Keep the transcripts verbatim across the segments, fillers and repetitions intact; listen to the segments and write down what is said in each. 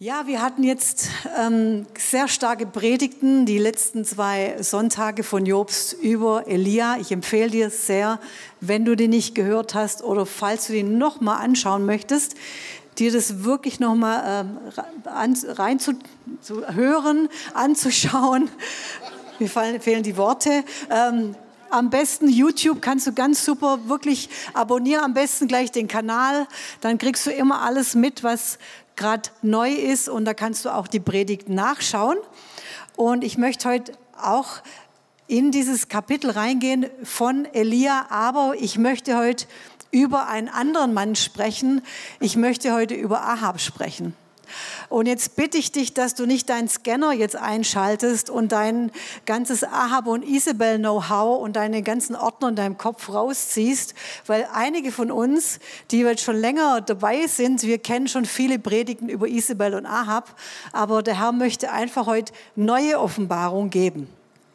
Ja, wir hatten jetzt ähm, sehr starke Predigten, die letzten zwei Sonntage von Jobst über Elia. Ich empfehle dir sehr, wenn du die nicht gehört hast oder falls du die nochmal anschauen möchtest, dir das wirklich nochmal ähm, an, rein zu, zu hören, anzuschauen. Mir fallen, fehlen die Worte. Ähm, Am besten YouTube kannst du ganz super wirklich abonnieren, am besten gleich den Kanal, dann kriegst du immer alles mit, was gerade neu ist und da kannst du auch die Predigt nachschauen. Und ich möchte heute auch in dieses Kapitel reingehen von Elia, aber ich möchte heute über einen anderen Mann sprechen. Ich möchte heute über Ahab sprechen. Und jetzt bitte ich dich, dass du nicht deinen Scanner jetzt einschaltest und dein ganzes Ahab und Isabel Know-how und deine ganzen Ordner in deinem Kopf rausziehst, weil einige von uns, die jetzt schon länger dabei sind, wir kennen schon viele Predigten über Isabel und Ahab, aber der Herr möchte einfach heute neue Offenbarung geben.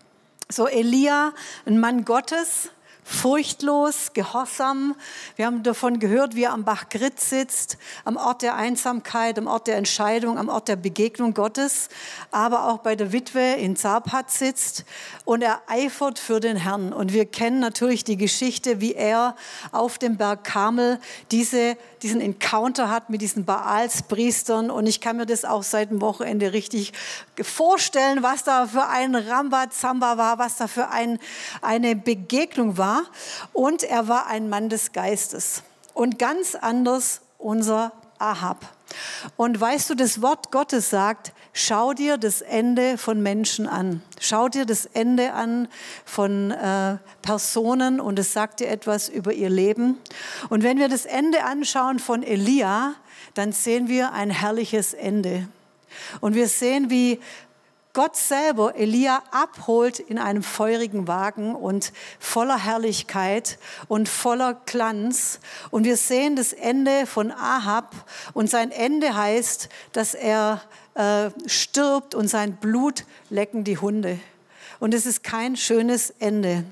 So Elia, ein Mann Gottes, furchtlos, gehorsam. Wir haben davon gehört, wie er am Bach Grit sitzt, am Ort der Einsamkeit, am Ort der Entscheidung, am Ort der Begegnung Gottes, aber auch bei der Witwe in Zarpat sitzt und er eifert für den Herrn. Und wir kennen natürlich die Geschichte, wie er auf dem Berg Karmel diese, diesen Encounter hat mit diesen Baalspriestern. Und ich kann mir das auch seit dem Wochenende richtig vorstellen, was da für ein Rambazamba war, was da für ein, eine Begegnung war. Und er war ein Mann des Geistes. Und ganz anders unser Ahab. Und weißt du, das Wort Gottes sagt, schau dir das Ende von Menschen an. Schau dir das Ende an von äh, Personen und es sagt dir etwas über ihr Leben. Und wenn wir das Ende anschauen von Elia, dann sehen wir ein herrliches Ende. Und wir sehen, wie Gott selber Elia abholt in einem feurigen Wagen und voller Herrlichkeit und voller Glanz. Und wir sehen das Ende von Ahab und sein Ende heißt, dass er äh, stirbt und sein Blut lecken die Hunde. Und es ist kein schönes Ende.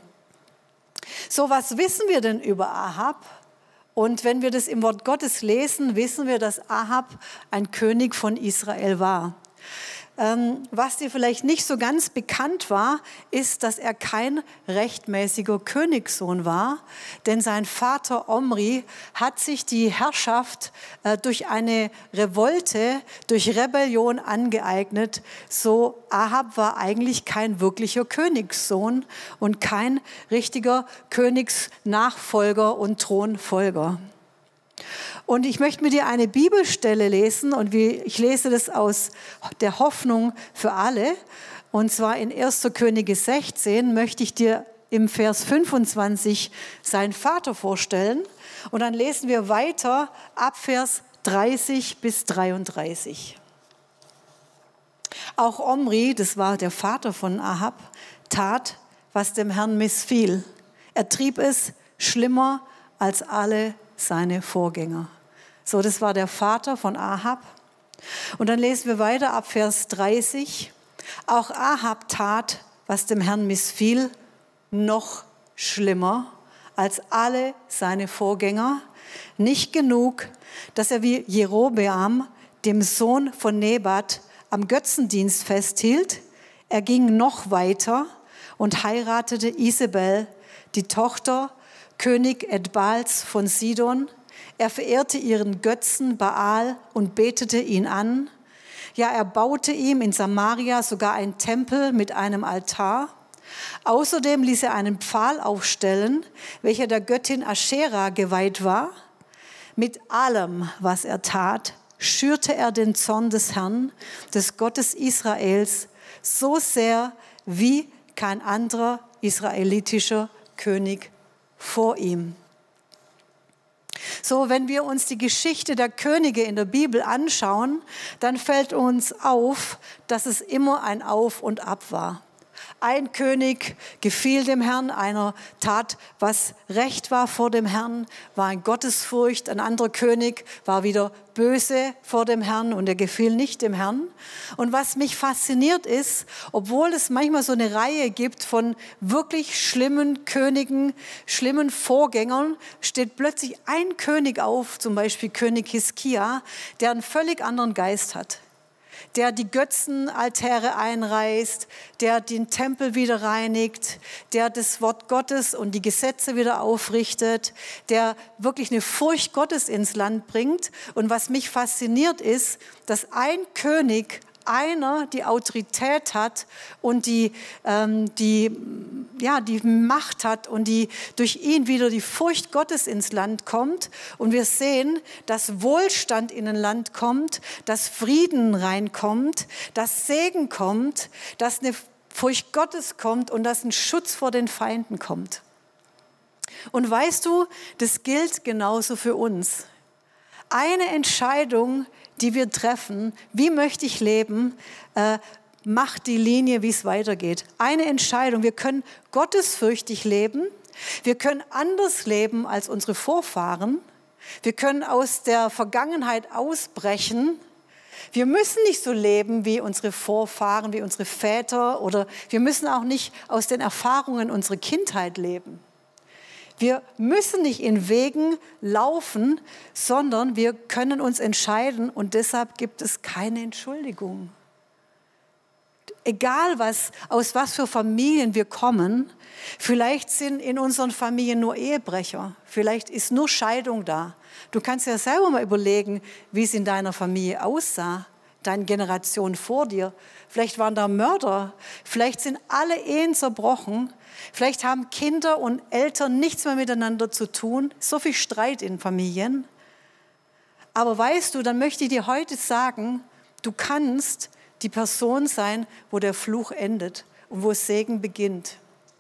So, was wissen wir denn über Ahab? Und wenn wir das im Wort Gottes lesen, wissen wir, dass Ahab ein König von Israel war. Was dir vielleicht nicht so ganz bekannt war, ist, dass er kein rechtmäßiger Königssohn war, denn sein Vater Omri hat sich die Herrschaft durch eine Revolte, durch Rebellion angeeignet. So Ahab war eigentlich kein wirklicher Königssohn und kein richtiger Königsnachfolger und Thronfolger. Und ich möchte mit dir eine Bibelstelle lesen und ich lese das aus der Hoffnung für alle. Und zwar in erster Könige sechzehn möchte ich dir im Vers fünfundzwanzig seinen Vater vorstellen. Und dann lesen wir weiter ab Vers dreißig bis dreiunddreißig. Auch Omri, das war der Vater von Ahab, tat, was dem Herrn missfiel. Er trieb es schlimmer als alle seine Vorgänger. So, das war der Vater von Ahab. Und dann lesen wir weiter ab Vers dreißig. Auch Ahab tat, was dem Herrn missfiel, noch schlimmer als alle seine Vorgänger. Nicht genug, dass er wie Jerobeam, dem Sohn von Nebat, am Götzendienst festhielt. Er ging noch weiter und heiratete Isabel, die Tochter König Edbals von Sidon. Er verehrte ihren Götzen Baal und betete ihn an. Ja, er baute ihm in Samaria sogar einen Tempel mit einem Altar. Außerdem ließ er einen Pfahl aufstellen, welcher der Göttin Aschera geweiht war. Mit allem, was er tat, schürte er den Zorn des Herrn, des Gottes Israels, so sehr wie kein anderer israelitischer König vor ihm. So, wenn wir uns die Geschichte der Könige in der Bibel anschauen, dann fällt uns auf, dass es immer ein Auf und Ab war. Ein König gefiel dem Herrn, einer tat, was recht war vor dem Herrn, war in Gottesfurcht. Ein anderer König war wieder böse vor dem Herrn und er gefiel nicht dem Herrn. Und was mich fasziniert ist, obwohl es manchmal so eine Reihe gibt von wirklich schlimmen Königen, schlimmen Vorgängern, steht plötzlich ein König auf, zum Beispiel König Hiskia, der einen völlig anderen Geist hat. der die Götzenaltäre einreißt, der den Tempel wieder reinigt, der das Wort Gottes und die Gesetze wieder aufrichtet, der wirklich eine Furcht Gottes ins Land bringt. Und was mich fasziniert ist, dass ein König, einer die Autorität hat und die, ähm, die, ja, die Macht hat und die durch ihn wieder die Furcht Gottes ins Land kommt. Und wir sehen, dass Wohlstand in ein Land kommt, dass Frieden reinkommt, dass Segen kommt, dass eine Furcht Gottes kommt und dass ein Schutz vor den Feinden kommt. Und weißt du, das gilt genauso für uns. Eine Entscheidung, die wir treffen, wie möchte ich leben, äh, macht die Linie, wie es weitergeht. Eine Entscheidung, wir können gottesfürchtig leben, wir können anders leben als unsere Vorfahren, wir können aus der Vergangenheit ausbrechen, wir müssen nicht so leben wie unsere Vorfahren, wie unsere Väter, oder wir müssen auch nicht aus den Erfahrungen unserer Kindheit leben. Wir müssen nicht in Wegen laufen, sondern wir können uns entscheiden und deshalb gibt es keine Entschuldigung. Egal was, aus was für Familien wir kommen, vielleicht sind in unseren Familien nur Ehebrecher, vielleicht ist nur Scheidung da. Du kannst ja selber mal überlegen, wie es in deiner Familie aussah, deine Generation vor dir. Vielleicht waren da Mörder, vielleicht sind alle Ehen zerbrochen. Vielleicht haben Kinder und Eltern nichts mehr miteinander zu tun. So viel Streit in Familien. Aber weißt du, dann möchte ich dir heute sagen, du kannst die Person sein, wo der Fluch endet und wo Segen beginnt.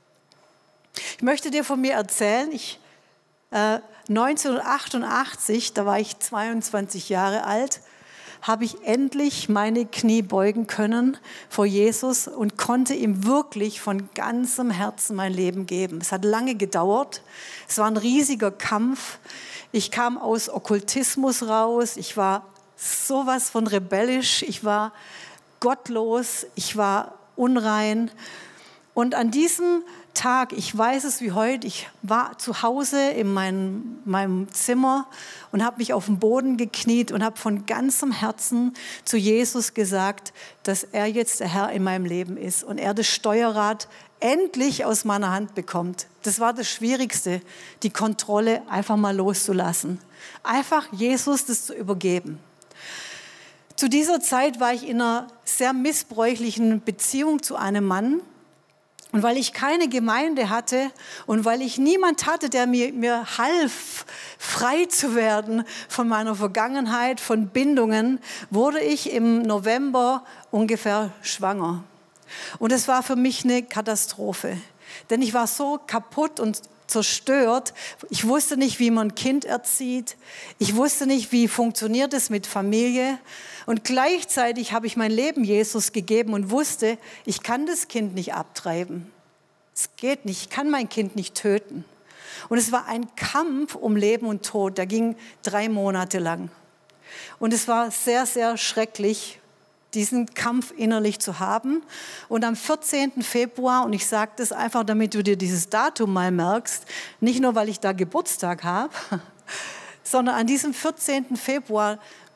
Ich möchte dir von mir erzählen, ich, äh, neunzehnhundertachtundachtzig, da war ich zweiundzwanzig Jahre alt, habe ich endlich meine Knie beugen können vor Jesus und konnte ihm wirklich von ganzem Herzen mein Leben geben. Es hat lange gedauert. Es war ein riesiger Kampf. Ich kam aus Okkultismus raus. Ich war sowas von rebellisch. Ich war gottlos. Ich war unrein. Und an diesem Tag, ich weiß es wie heute, ich war zu Hause in meinem, meinem Zimmer und habe mich auf den Boden gekniet und habe von ganzem Herzen zu Jesus gesagt, dass er jetzt der Herr in meinem Leben ist und er das Steuerrad endlich aus meiner Hand bekommt. Das war das Schwierigste, die Kontrolle einfach mal loszulassen. Einfach Jesus das zu übergeben. Zu dieser Zeit war ich in einer sehr missbräuchlichen Beziehung zu einem Mann. Und weil ich keine Gemeinde hatte und weil ich niemand hatte, der mir, mir half, frei zu werden von meiner Vergangenheit, von Bindungen, wurde ich im November ungefähr schwanger. Und es war für mich eine Katastrophe, denn ich war so kaputt und zerstört. Ich wusste nicht, wie man ein Kind erzieht. Ich wusste nicht, wie funktioniert es mit Familie. Und gleichzeitig habe ich mein Leben Jesus gegeben und wusste, ich kann das Kind nicht abtreiben. Es geht nicht, ich kann mein Kind nicht töten. Und es war ein Kampf um Leben und Tod, der ging drei Monate lang. Und es war sehr, sehr schrecklich, diesen Kampf innerlich zu haben. Und am vierzehnten Februar, und ich sage das einfach, damit du dir dieses Datum mal merkst, nicht nur, weil ich da Geburtstag habe, sondern an diesem vierzehnten Februar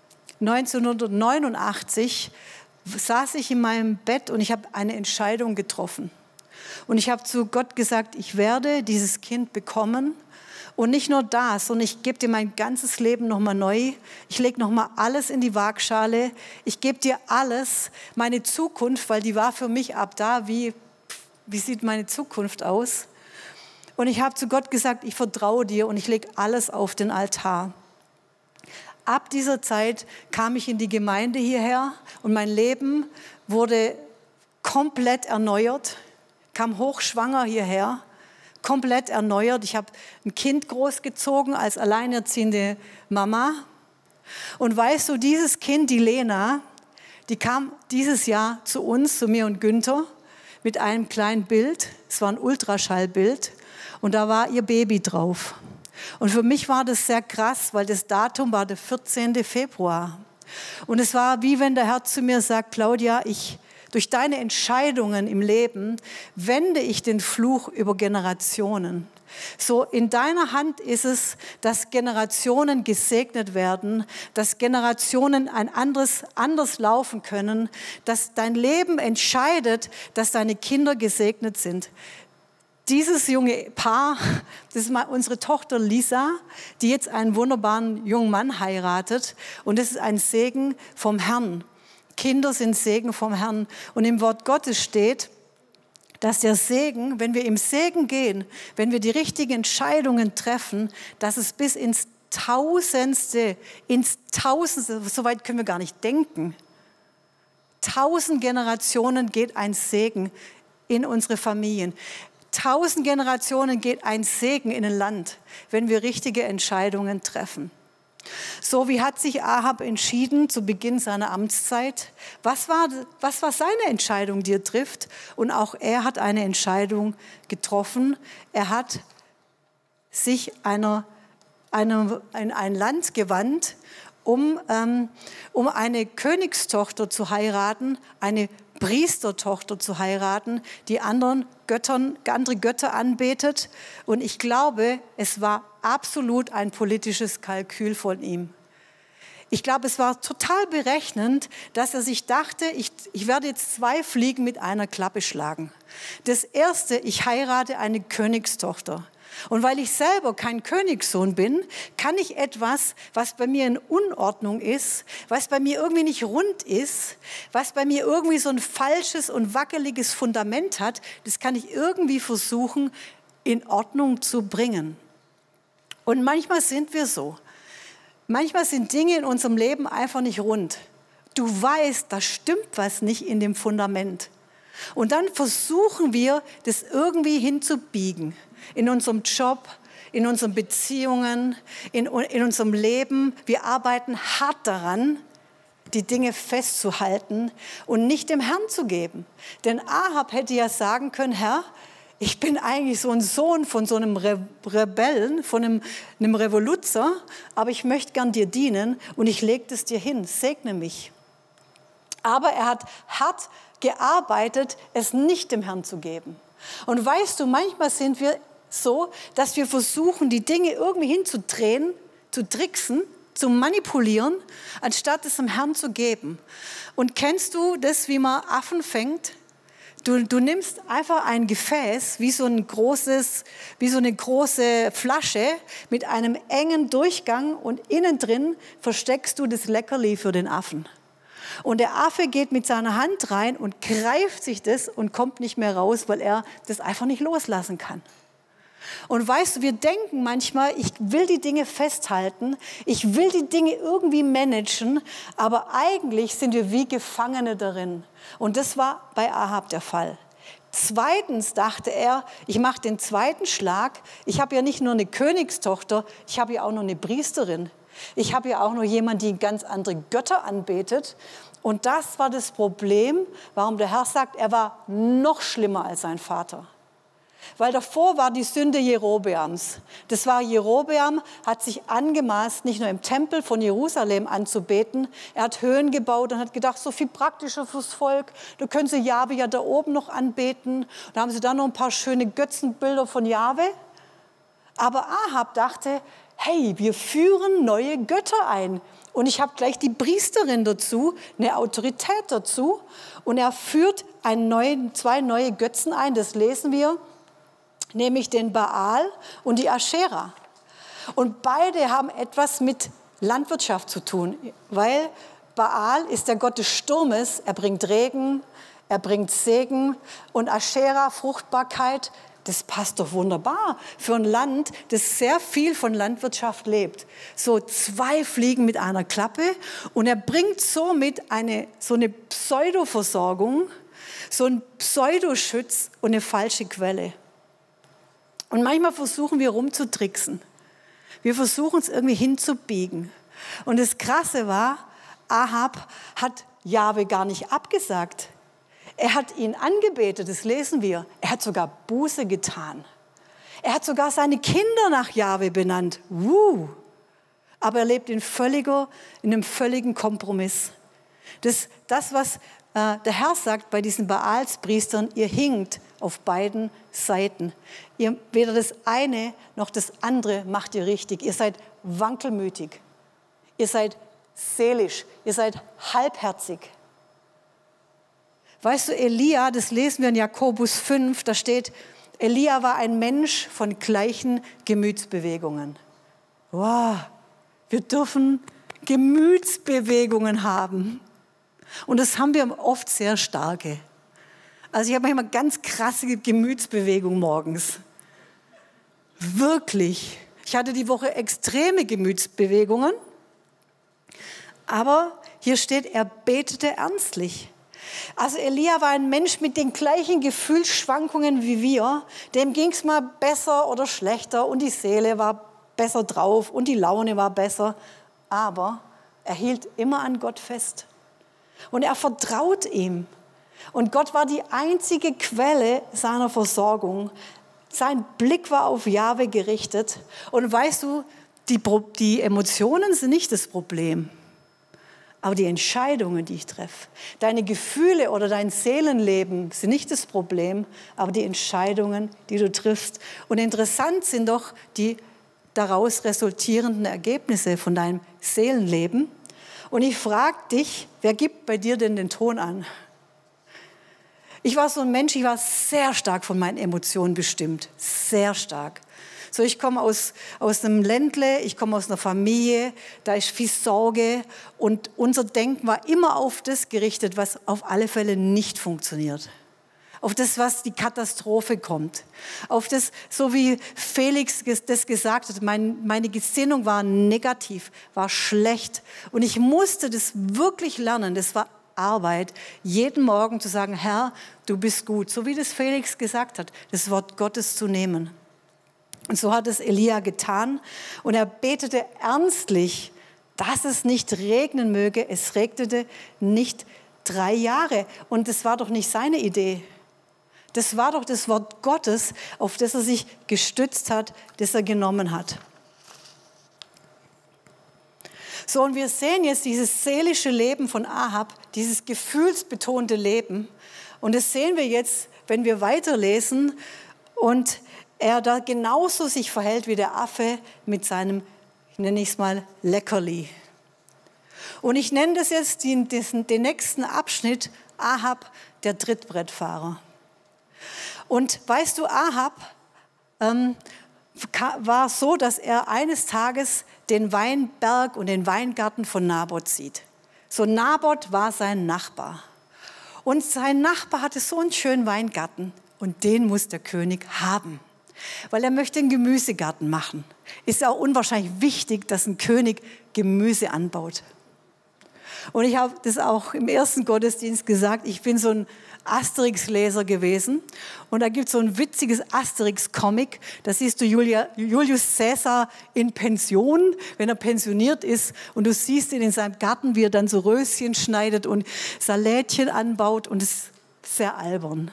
neunzehnhundertneunundachtzig saß ich in meinem Bett und ich habe eine Entscheidung getroffen. Und ich habe zu Gott gesagt, ich werde dieses Kind bekommen. Und nicht nur das, sondern ich gebe dir mein ganzes Leben nochmal neu. Ich lege nochmal alles in die Waagschale. Ich gebe dir alles, meine Zukunft, weil die war für mich ab da, wie, wie sieht meine Zukunft aus? Und ich habe zu Gott gesagt, ich vertraue dir und ich lege alles auf den Altar. Ab dieser Zeit kam ich in die Gemeinde hierher und mein Leben wurde komplett erneuert, kam hochschwanger hierher. Komplett erneuert. Ich habe ein Kind großgezogen als alleinerziehende Mama. Und weißt du, dieses Kind, die Lena, die kam dieses Jahr zu uns, zu mir und Günther, mit einem kleinen Bild. Es war ein Ultraschallbild und da war ihr Baby drauf. Und für mich war das sehr krass, weil das Datum war der vierzehnten Februar. Und es war wie wenn der Herr zu mir sagt, Claudia, ich durch deine Entscheidungen im Leben wende ich den Fluch über Generationen. So in deiner Hand ist es, dass Generationen gesegnet werden, dass Generationen ein anderes, anders laufen können, dass dein Leben entscheidet, dass deine Kinder gesegnet sind. Dieses junge Paar, das ist mal unsere Tochter Lisa, die jetzt einen wunderbaren jungen Mann heiratet. Und das ist ein Segen vom Herrn. Kinder sind Segen vom Herrn. Und im Wort Gottes steht, dass der Segen, wenn wir im Segen gehen, wenn wir die richtigen Entscheidungen treffen, dass es bis ins Tausendste, ins Tausendste, so weit können wir gar nicht denken. Tausend Generationen geht ein Segen in unsere Familien. Tausend Generationen geht ein Segen in ein Land, wenn wir richtige Entscheidungen treffen. So, wie hat sich Ahab entschieden zu Beginn seiner Amtszeit? Was war, was war seine Entscheidung, die er trifft? Und auch er hat eine Entscheidung getroffen. Er hat sich einer, einer, in ein Land gewandt, um, ähm, um eine Königstochter zu heiraten, eine Priestertochter zu heiraten, die anderen Göttern, andere Götter anbetet. Und ich glaube, es war absolut ein politisches Kalkül von ihm. Ich glaube, es war total berechnend, dass er sich dachte, ich, ich werde jetzt zwei Fliegen mit einer Klappe schlagen. Das erste, ich heirate eine Königstochter. Und weil ich selber kein Königssohn bin, kann ich etwas, was bei mir in Unordnung ist, was bei mir irgendwie nicht rund ist, was bei mir irgendwie so ein falsches und wackeliges Fundament hat, das kann ich irgendwie versuchen, in Ordnung zu bringen. Und manchmal sind wir so. Manchmal sind Dinge in unserem Leben einfach nicht rund. Du weißt, da stimmt was nicht in dem Fundament. Und dann versuchen wir, das irgendwie hinzubiegen. In unserem Job, in unseren Beziehungen, in, in unserem Leben. Wir arbeiten hart daran, die Dinge festzuhalten und nicht dem Herrn zu geben. Denn Ahab hätte ja sagen können, Herr, ich bin eigentlich so ein Sohn von so einem Re- Rebellen, von einem, einem Revoluzer, aber ich möchte gern dir dienen und ich lege das dir hin, segne mich. Aber er hat hart gearbeitet, es nicht dem Herrn zu geben. Und weißt du, manchmal sind wir so, dass wir versuchen, die Dinge irgendwie hinzudrehen, zu tricksen, zu manipulieren, anstatt es dem Herrn zu geben. Und kennst du das, wie man Affen fängt? Du, du nimmst einfach ein Gefäß, wie so, ein großes, wie so eine große Flasche mit einem engen Durchgang und innen drin versteckst du das Leckerli für den Affen. Und der Affe geht mit seiner Hand rein und greift sich das und kommt nicht mehr raus, weil er das einfach nicht loslassen kann. Und weißt du, wir denken manchmal, ich will die Dinge festhalten, ich will die Dinge irgendwie managen, aber eigentlich sind wir wie Gefangene darin. Und das war bei Ahab der Fall. Zweitens dachte er, ich mache den zweiten Schlag, ich habe ja nicht nur eine Königstochter, ich habe ja auch noch eine Priesterin. Ich habe ja auch noch jemanden, die ganz andere Götter anbetet. Und das war das Problem, warum der Herr sagt, er war noch schlimmer als sein Vater. Weil davor war die Sünde Jerobeams. Das war Jerobeam, hat sich angemaßt, nicht nur im Tempel von Jerusalem anzubeten. Er hat Höhen gebaut und hat gedacht, so viel praktischer fürs Volk. Da können sie Jahwe ja da oben noch anbeten. Da haben sie dann noch ein paar schöne Götzenbilder von Jahwe. Aber Ahab dachte, hey, wir führen neue Götter ein. Und ich habe gleich die Priesterin dazu, eine Autorität dazu. Und er führt einen neuen, zwei neue Götzen ein, das lesen wir, nämlich den Baal und die Aschera. Und beide haben etwas mit Landwirtschaft zu tun, weil Baal ist der Gott des Sturmes, er bringt Regen, er bringt Segen und Aschera, Fruchtbarkeit. Das passt doch wunderbar für ein Land, das sehr viel von Landwirtschaft lebt. So zwei Fliegen mit einer Klappe und er bringt somit eine, so eine Pseudoversorgung, so einen Pseudoschutz und eine falsche Quelle. Und manchmal versuchen wir rumzutricksen. Wir versuchen es irgendwie hinzubiegen. Und das Krasse war, Ahab hat Jahwe gar nicht abgesagt. Er hat ihn angebetet, das lesen wir. Er hat sogar Buße getan. Er hat sogar seine Kinder nach Jahwe benannt. Uh. Aber er lebt in, völliger, in einem völligen Kompromiss. Das, das was äh, der Herr sagt bei diesen Baalspriestern, ihr hinkt auf beiden Seiten. Ihr, weder das eine noch das andere macht ihr richtig. Ihr seid wankelmütig. Ihr seid seelisch. Ihr seid halbherzig. Weißt du, Elia, das lesen wir in Jakobus fünf, da steht, Elia war ein Mensch von gleichen Gemütsbewegungen. Wow, wir dürfen Gemütsbewegungen haben. Und das haben wir oft sehr starke. Also ich habe manchmal ganz krasse Gemütsbewegungen morgens. Wirklich. Ich hatte die Woche extreme Gemütsbewegungen. Aber hier steht, er betete ernstlich. Also Elia war ein Mensch mit den gleichen Gefühlsschwankungen wie wir. Dem ging es mal besser oder schlechter und die Seele war besser drauf und die Laune war besser. Aber er hielt immer an Gott fest. Und er vertraut ihm. Und Gott war die einzige Quelle seiner Versorgung. Sein Blick war auf Jahwe gerichtet. Und weißt du, die, die Emotionen sind nicht das Problem. Aber die Entscheidungen, die ich treffe, deine Gefühle oder dein Seelenleben sind nicht das Problem, aber die Entscheidungen, die du triffst. Und interessant sind doch die daraus resultierenden Ergebnisse von deinem Seelenleben. Und ich frage dich, wer gibt bei dir denn den Ton an? Ich war so ein Mensch, ich war sehr stark von meinen Emotionen bestimmt, sehr stark. So, ich komme aus, aus einem Ländle, ich komme aus einer Familie, da ist viel Sorge und unser Denken war immer auf das gerichtet, was auf alle Fälle nicht funktioniert. Auf das, was die Katastrophe kommt. Auf das, so wie Felix das gesagt hat, mein, meine Gesinnung war negativ, war schlecht. Und ich musste das wirklich lernen, das war Arbeit, jeden Morgen zu sagen, Herr, du bist gut. So wie das Felix gesagt hat, das Wort Gottes zu nehmen. Und so hat es Elia getan und er betete ernstlich, dass es nicht regnen möge. Es regnete nicht drei Jahre. Und das war doch nicht seine Idee. Das war doch das Wort Gottes, auf das er sich gestützt hat, das er genommen hat. So, und wir sehen jetzt dieses seelische Leben von Ahab, dieses gefühlsbetonte Leben. Und das sehen wir jetzt, wenn wir weiterlesen und er da genauso sich verhält wie der Affe mit seinem, ich nenne es mal, Leckerli. Und ich nenne das jetzt den, den, den nächsten Abschnitt Ahab, der Trittbrettfahrer. Und weißt du, Ahab ähm, war so, dass er eines Tages den Weinberg und den Weingarten von Naboth sieht. So, Naboth war sein Nachbar. Und sein Nachbar hatte so einen schönen Weingarten und den muss der König haben. Weil er möchte einen Gemüsegarten machen. Ist ja auch unwahrscheinlich wichtig, dass ein König Gemüse anbaut. Und ich habe das auch im ersten Gottesdienst gesagt, ich bin so ein Asterix-Leser gewesen. Und da gibt es so ein witziges Asterix-Comic. Da siehst du Julia, Julius Caesar in Pension, wenn er pensioniert ist. Und du siehst ihn in seinem Garten, wie er dann so Röschen schneidet und Salätchen anbaut. Und es ist sehr albern.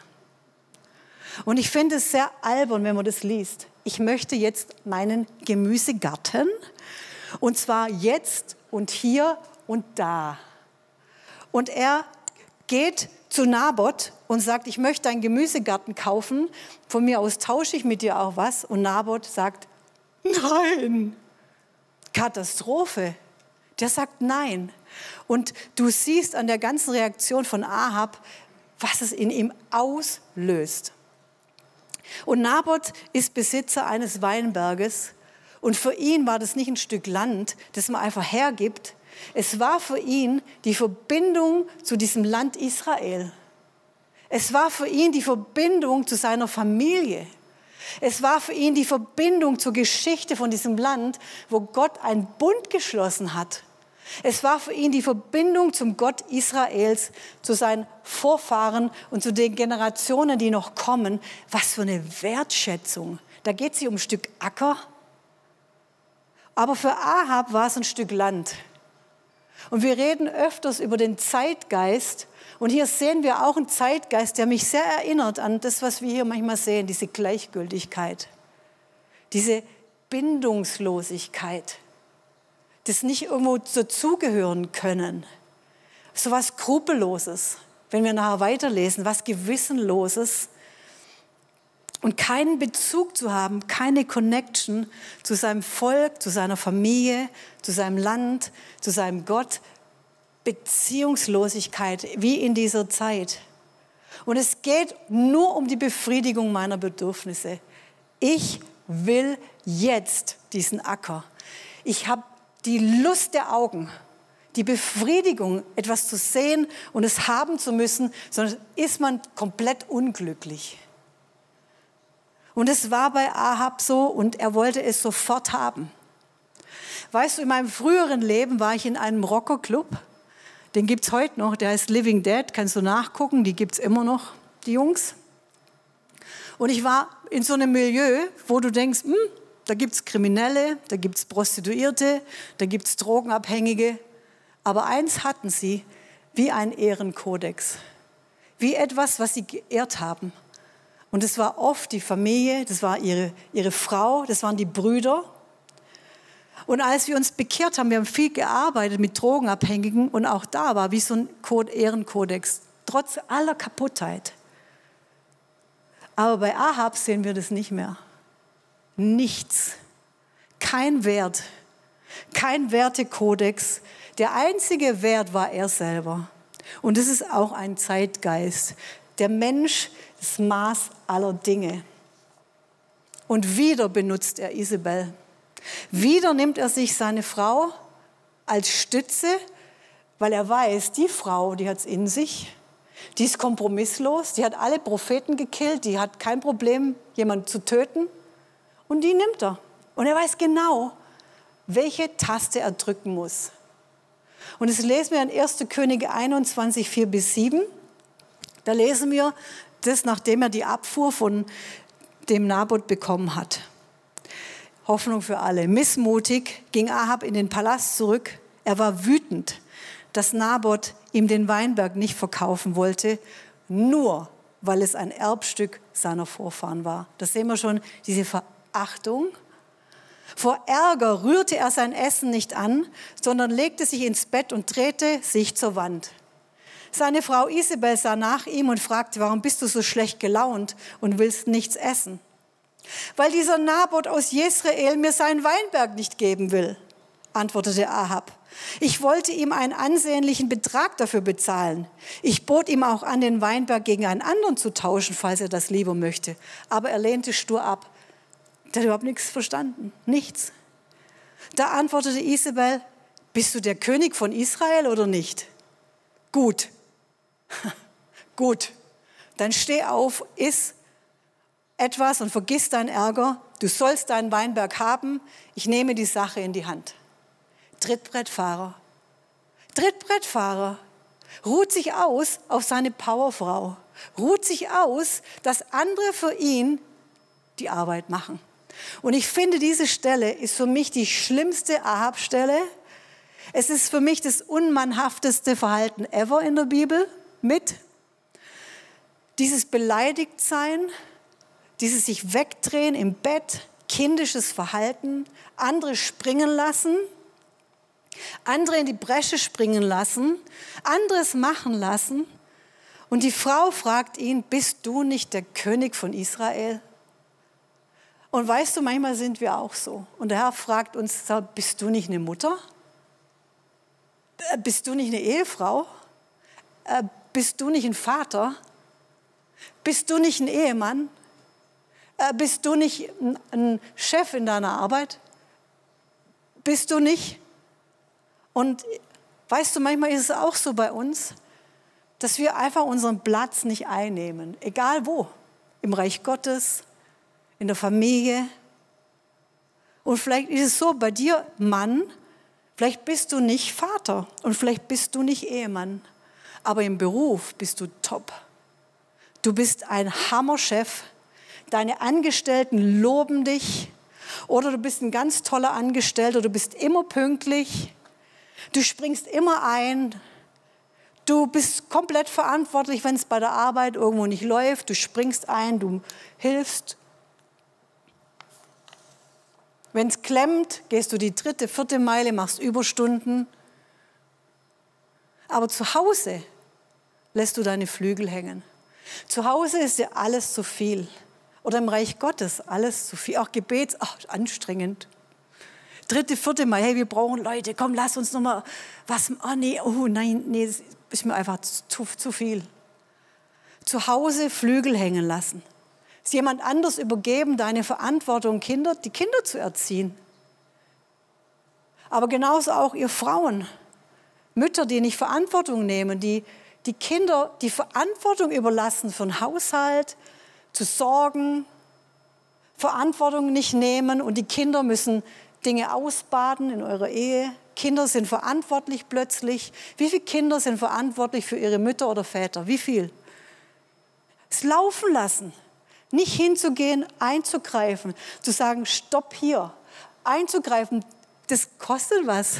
Und ich finde es sehr albern, wenn man das liest. Ich möchte jetzt meinen Gemüsegarten. Und zwar jetzt und hier und da. Und er geht zu Naboth und sagt, ich möchte einen Gemüsegarten kaufen. Von mir aus tausche ich mit dir auch was. Und Naboth sagt, nein. Katastrophe. Der sagt nein. Und du siehst an der ganzen Reaktion von Ahab, was es in ihm auslöst. Und Naboth ist Besitzer eines Weinberges. Und für ihn war das nicht ein Stück Land, das man einfach hergibt. Es war für ihn die Verbindung zu diesem Land Israel. Es war für ihn die Verbindung zu seiner Familie. Es war für ihn die Verbindung zur Geschichte von diesem Land, wo Gott einen Bund geschlossen hat. Es war für ihn die Verbindung zum Gott Israels, zu seinen Vorfahren und zu den Generationen, die noch kommen. Was für eine Wertschätzung. Da geht es nicht um ein Stück Acker. Aber für Ahab war es ein Stück Land. Und wir reden öfters über den Zeitgeist. Und hier sehen wir auch einen Zeitgeist, der mich sehr erinnert an das, was wir hier manchmal sehen, diese Gleichgültigkeit, diese Bindungslosigkeit, das nicht irgendwo dazugehören können. So was Skrupelloses, wenn wir nachher weiterlesen, was Gewissenloses. Und keinen Bezug zu haben, keine Connection zu seinem Volk, zu seiner Familie, zu seinem Land, zu seinem Gott. Beziehungslosigkeit, wie in dieser Zeit. Und es geht nur um die Befriedigung meiner Bedürfnisse. Ich will jetzt diesen Acker. Ich habe die Lust der Augen, die Befriedigung, etwas zu sehen und es haben zu müssen, sondern ist man komplett unglücklich. Und es war bei Ahab so und er wollte es sofort haben. Weißt du, in meinem früheren Leben war ich in einem Rockerclub. Den gibt es heute noch, der heißt Living Dead, kannst du nachgucken, die gibt es immer noch, die Jungs. Und ich war in so einem Milieu, wo du denkst, hm, da gibt es Kriminelle, da gibt es Prostituierte, da gibt es Drogenabhängige. Aber eins hatten sie, wie ein Ehrenkodex, wie etwas, was sie geehrt haben. Und es war oft die Familie, das war ihre, ihre Frau, das waren die Brüder. Und als wir uns bekehrt haben, wir haben viel gearbeitet mit Drogenabhängigen und auch da war wie so ein Code, Ehrenkodex, trotz aller Kaputtheit. Aber bei Ahab sehen wir das nicht mehr. Nichts. Kein Wert. Kein Wertekodex. Der einzige Wert war er selber. Und das ist auch ein Zeitgeist. Der Mensch, das Maß aller Dinge. Und wieder benutzt er Isabel. Wieder nimmt er sich seine Frau als Stütze, weil er weiß, die Frau, die hat es in sich, die ist kompromisslos, die hat alle Propheten gekillt, die hat kein Problem, jemanden zu töten und die nimmt er. Und er weiß genau, welche Taste er drücken muss. Und das lesen wir in erster Könige einundzwanzig, vier bis sieben. Da lesen wir das, nachdem er die Abfuhr von dem Naboth bekommen hat. Hoffnung für alle. Missmutig ging Ahab in den Palast zurück. Er war wütend, dass Naboth ihm den Weinberg nicht verkaufen wollte, nur weil es ein Erbstück seiner Vorfahren war. Das sehen wir schon, diese Verachtung. Vor Ärger rührte er sein Essen nicht an, sondern legte sich ins Bett und drehte sich zur Wand. Seine Frau Isabel sah nach ihm und fragte, warum bist du so schlecht gelaunt und willst nichts essen? Weil dieser Naboth aus Jezreel mir seinen Weinberg nicht geben will, antwortete Ahab. Ich wollte ihm einen ansehnlichen Betrag dafür bezahlen. Ich bot ihm auch an, den Weinberg gegen einen anderen zu tauschen, falls er das lieber möchte. Aber er lehnte stur ab. Der hat überhaupt nichts verstanden, nichts. Da antwortete Isabel, bist du der König von Israel oder nicht? Gut, gut, dann steh auf, iss etwas und vergiss deinen Ärger. Du sollst deinen Weinberg haben. Ich nehme die Sache in die Hand. Trittbrettfahrer. Trittbrettfahrer ruht sich aus auf seine Powerfrau. Ruht sich aus, dass andere für ihn die Arbeit machen. Und ich finde, diese Stelle ist für mich die schlimmste Ahab-Stelle. Es ist für mich das unmannhafteste Verhalten ever in der Bibel mit. Dieses Beleidigtsein, dieses sich wegdrehen im Bett, kindisches Verhalten, andere springen lassen, andere in die Bresche springen lassen, anderes machen lassen. Und die Frau fragt ihn, bist du nicht der König von Israel? Und weißt du, manchmal sind wir auch so. Und der Herr fragt uns, bist du nicht eine Mutter? Bist du nicht eine Ehefrau? Bist du nicht ein Vater? Bist du nicht ein Ehemann? Bist du nicht ein Chef in deiner Arbeit? Bist du nicht? Und weißt du, manchmal ist es auch so bei uns, dass wir einfach unseren Platz nicht einnehmen, egal wo, im Reich Gottes, in der Familie. Und vielleicht ist es so, bei dir Mann, vielleicht bist du nicht Vater und vielleicht bist du nicht Ehemann, aber im Beruf bist du top. Du bist ein Hammerchef. Deine Angestellten loben dich oder du bist ein ganz toller Angestellter, du bist immer pünktlich, du springst immer ein, du bist komplett verantwortlich, wenn es bei der Arbeit irgendwo nicht läuft, du springst ein, du hilfst. Wenn es klemmt, gehst du die dritte, vierte Meile, machst Überstunden. Aber zu Hause lässt du deine Flügel hängen. Zu Hause ist dir alles zu viel. Oder im Reich Gottes, alles zu viel. Auch Gebet, ach, anstrengend. Dritte, vierte Mal, hey, wir brauchen Leute, komm, lass uns noch mal was, oh nee, oh nein, nee, das ist mir einfach zu, zu viel. Zu Hause Flügel hängen lassen. Es jemand anders übergeben, deine Verantwortung, Kinder, die Kinder zu erziehen. Aber genauso auch ihr Frauen, Mütter, die nicht Verantwortung nehmen, die die Kinder die Verantwortung überlassen für den Haushalt, zu sorgen, Verantwortung nicht nehmen und die Kinder müssen Dinge ausbaden in eurer Ehe. Kinder sind verantwortlich plötzlich. Wie viele Kinder sind verantwortlich für ihre Mütter oder Väter? Wie viel? Es laufen lassen. Nicht hinzugehen, einzugreifen, zu sagen, stopp hier. Einzugreifen, das kostet was.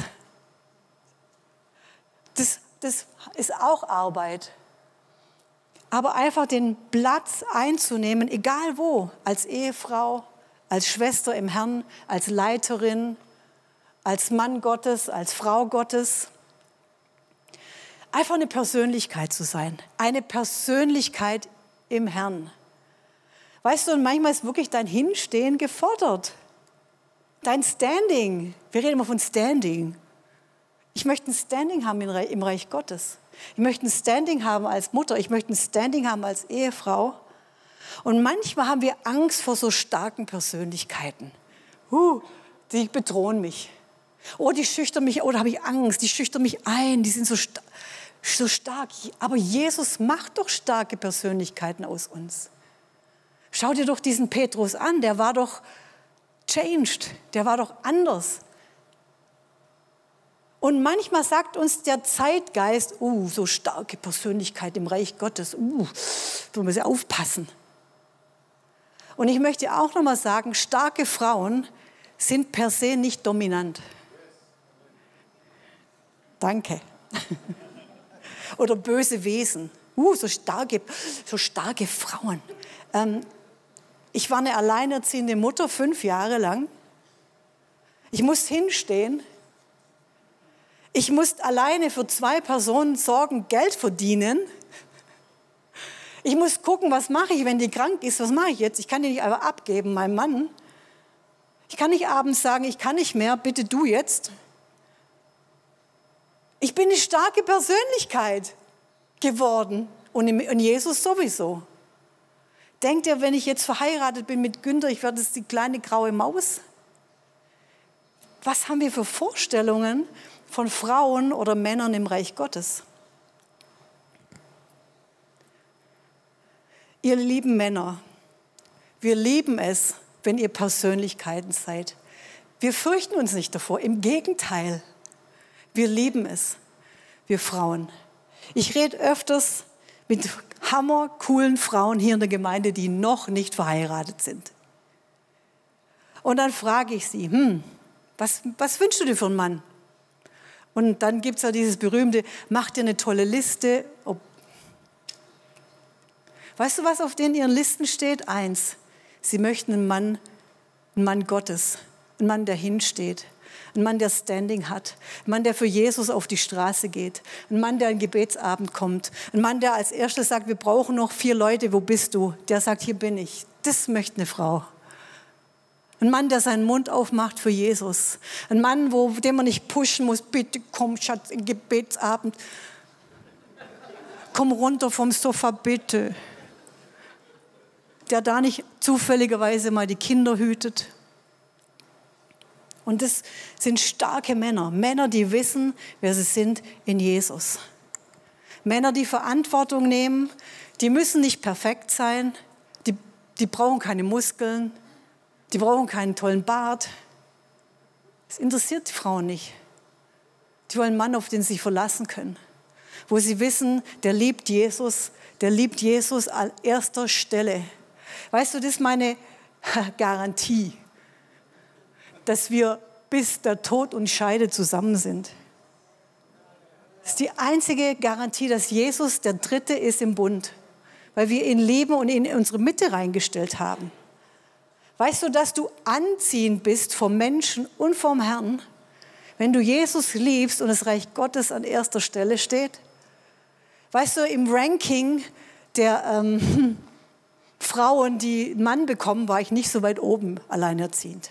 Das, das ist auch Arbeit. Aber einfach den Platz einzunehmen, egal wo, als Ehefrau, als Schwester im Herrn, als Leiterin, als Mann Gottes, als Frau Gottes. Einfach eine Persönlichkeit zu sein, eine Persönlichkeit im Herrn. Weißt du, und manchmal ist wirklich dein Hinstehen gefordert. Dein Standing. Wir reden immer von Standing. Ich möchte ein Standing haben im Reich Gottes. Ich möchte ein Standing haben als Mutter. Ich möchte ein Standing haben als Ehefrau. Und manchmal haben wir Angst vor so starken Persönlichkeiten. Uh, die bedrohen mich. Oh, die schüchtern mich, oh, da habe ich Angst. Die schüchtern mich ein, die sind so, sta- so stark. Aber Jesus macht doch starke Persönlichkeiten aus uns. Schau dir doch diesen Petrus an, der war doch changed, der war doch anders. Und manchmal sagt uns der Zeitgeist, uh, so starke Persönlichkeit im Reich Gottes, uh, da müssen wir aufpassen. Und ich möchte auch noch mal sagen, starke Frauen sind per se nicht dominant. Danke. Oder böse Wesen. Uh, so starke, so starke Frauen. Ähm, ich war eine alleinerziehende Mutter, fünf Jahre lang. Ich musste hinstehen. Ich musste alleine für zwei Personen sorgen, Geld verdienen. Ich muss gucken, was mache ich, wenn die krank ist, was mache ich jetzt? Ich kann die nicht einfach abgeben, meinem Mann. Ich kann nicht abends sagen, ich kann nicht mehr, bitte du jetzt. Ich bin eine starke Persönlichkeit geworden und in Jesus sowieso. Denkt ihr, wenn ich jetzt verheiratet bin mit Günther, ich werde jetzt die kleine graue Maus? Was haben wir für Vorstellungen von Frauen oder Männern im Reich Gottes? Ihr lieben Männer, wir lieben es, wenn ihr Persönlichkeiten seid. Wir fürchten uns nicht davor, im Gegenteil. Wir lieben es, wir Frauen. Ich rede öfters mit hammercoolen Frauen hier in der Gemeinde, die noch nicht verheiratet sind. Und dann frage ich sie, hm, was, was wünschst du dir für einen Mann? Und dann gibt es ja dieses berühmte, mach dir eine tolle Liste. Ob weißt du, was auf den ihren Listen steht? Eins, sie möchten einen Mann, einen Mann Gottes, einen Mann, der hinsteht, ein Mann, der Standing hat, ein Mann, der für Jesus auf die Straße geht, ein Mann, der an den Gebetsabend kommt, ein Mann, der als erstes sagt, wir brauchen noch vier Leute, wo bist du? Der sagt, hier bin ich. Das möchte eine Frau. Ein Mann, der seinen Mund aufmacht für Jesus. Ein Mann, wo, den man nicht pushen muss, bitte komm, Schatz, in Gebetsabend. Komm runter vom Sofa, bitte. Der da nicht zufälligerweise mal die Kinder hütet. Und das sind starke Männer. Männer, die wissen, wer sie sind in Jesus. Männer, die Verantwortung nehmen, die müssen nicht perfekt sein. Die, die brauchen keine Muskeln. Die brauchen keinen tollen Bart. Das interessiert die Frauen nicht. Die wollen einen Mann, auf den sie sich verlassen können. Wo sie wissen, der liebt Jesus, der liebt Jesus an erster Stelle. Weißt du, das ist meine Garantie, dass wir bis der Tod uns scheidet zusammen sind. Das ist die einzige Garantie, dass Jesus der Dritte ist im Bund, weil wir ihn lieben und ihn in unsere Mitte reingestellt haben. Weißt du, dass du anziehend bist vom Menschen und vom Herrn, wenn du Jesus liebst und das Reich Gottes an erster Stelle steht? Weißt du, im Ranking der, ähm, Frauen, die einen Mann bekommen, war ich nicht so weit oben alleinerziehend.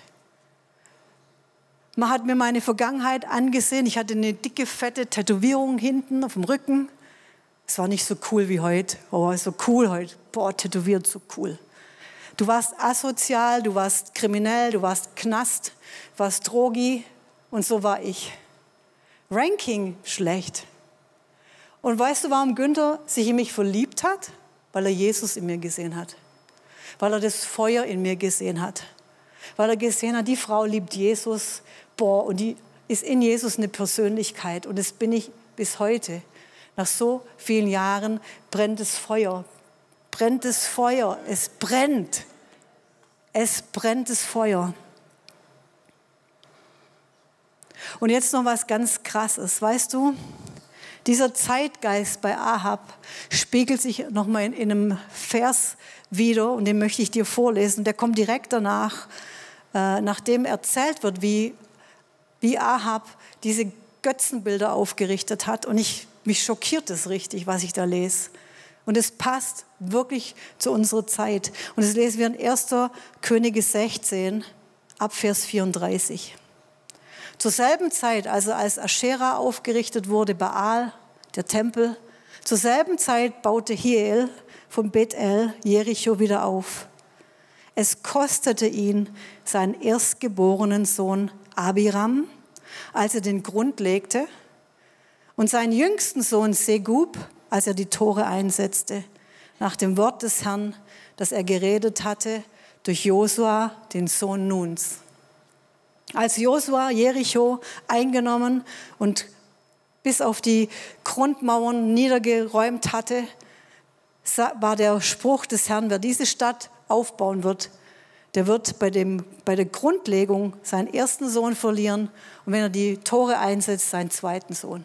Man hat mir meine Vergangenheit angesehen. Ich hatte eine dicke, fette Tätowierung hinten auf dem Rücken. Es war nicht so cool wie heute. Oh, so cool heute. Boah, tätowiert, so cool. Du warst asozial, du warst kriminell, du warst Knast, du warst Drogi und so war ich. Ranking schlecht. Und weißt du, warum Günther sich in mich verliebt hat? Weil er Jesus in mir gesehen hat. Weil er das Feuer in mir gesehen hat. Weil er gesehen hat, die Frau liebt Jesus. Boah, und die ist in Jesus eine Persönlichkeit. Und das bin ich bis heute. Nach so vielen Jahren brennt das Feuer. Brennt das Feuer. Es brennt. Es brennt das Feuer. Und jetzt noch was ganz Krasses. Weißt du, dieser Zeitgeist bei Ahab spiegelt sich nochmal in, in einem Vers wieder. Und den möchte ich dir vorlesen. Der kommt direkt danach, äh, nachdem erzählt wird, wie, wie Ahab diese Götzenbilder aufgerichtet hat. Und ich, mich schockiert es richtig, was ich da lese. Und es passt wirklich zu unserer Zeit. Und das lesen wir in erster Könige sechzehn, ab Vers vierunddreißig. Zur selben Zeit, also als Aschera aufgerichtet wurde, Baal, der Tempel, zur selben Zeit baute Hiel von Bethel Jericho wieder auf. Es kostete ihn seinen erstgeborenen Sohn Abiram, als er den Grund legte, und seinen jüngsten Sohn Segub, als er die Tore einsetzte, nach dem Wort des Herrn, das er geredet hatte, durch Josua, den Sohn Nuns. Als Josua Jericho eingenommen und bis auf die Grundmauern niedergeräumt hatte, war der Spruch des Herrn, wer diese Stadt aufbauen wird, der wird bei, dem, bei der Grundlegung seinen ersten Sohn verlieren und wenn er die Tore einsetzt, seinen zweiten Sohn.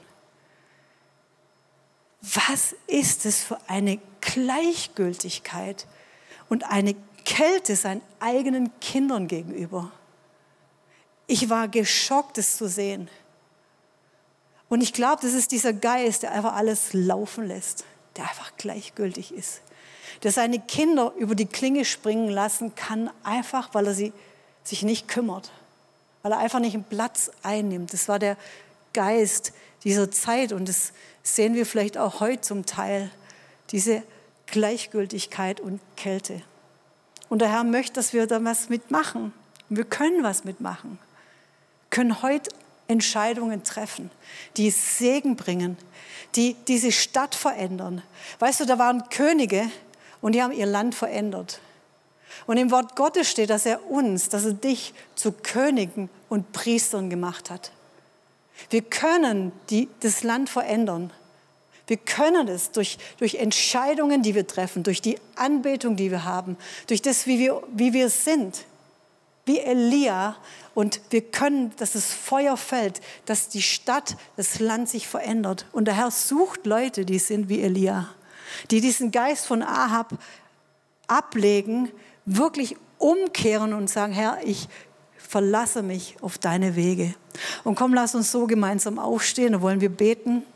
Was ist es für eine Gleichgültigkeit und eine Kälte seinen eigenen Kindern gegenüber? Ich war geschockt, es zu sehen. Und ich glaube, das ist dieser Geist, der einfach alles laufen lässt, der einfach gleichgültig ist. Der seine Kinder über die Klinge springen lassen kann, einfach weil er sie, sich nicht kümmert. Weil er einfach nicht einen Platz einnimmt. Das war der Geist dieser Zeit und das sehen wir vielleicht auch heute zum Teil. Diese Gleichgültigkeit und Kälte. Und der Herr möchte, dass wir da was mitmachen. Und wir können was mitmachen. Können heute Entscheidungen treffen, die Segen bringen, die diese Stadt verändern. Weißt du, da waren Könige und die haben ihr Land verändert. Und im Wort Gottes steht, dass er uns, dass er dich zu Königen und Priestern gemacht hat. Wir können die, das Land verändern. Wir können es durch, durch Entscheidungen, die wir treffen, durch die Anbetung, die wir haben, durch das, wie wir, wie wir sind. Wie Elia, und wir können, dass das Feuer fällt, dass die Stadt, das Land sich verändert. Und der Herr sucht Leute, die sind wie Elia, die diesen Geist von Ahab ablegen, wirklich umkehren und sagen, Herr, ich verlasse mich auf deine Wege. Und komm, lass uns so gemeinsam aufstehen, da wollen wir beten.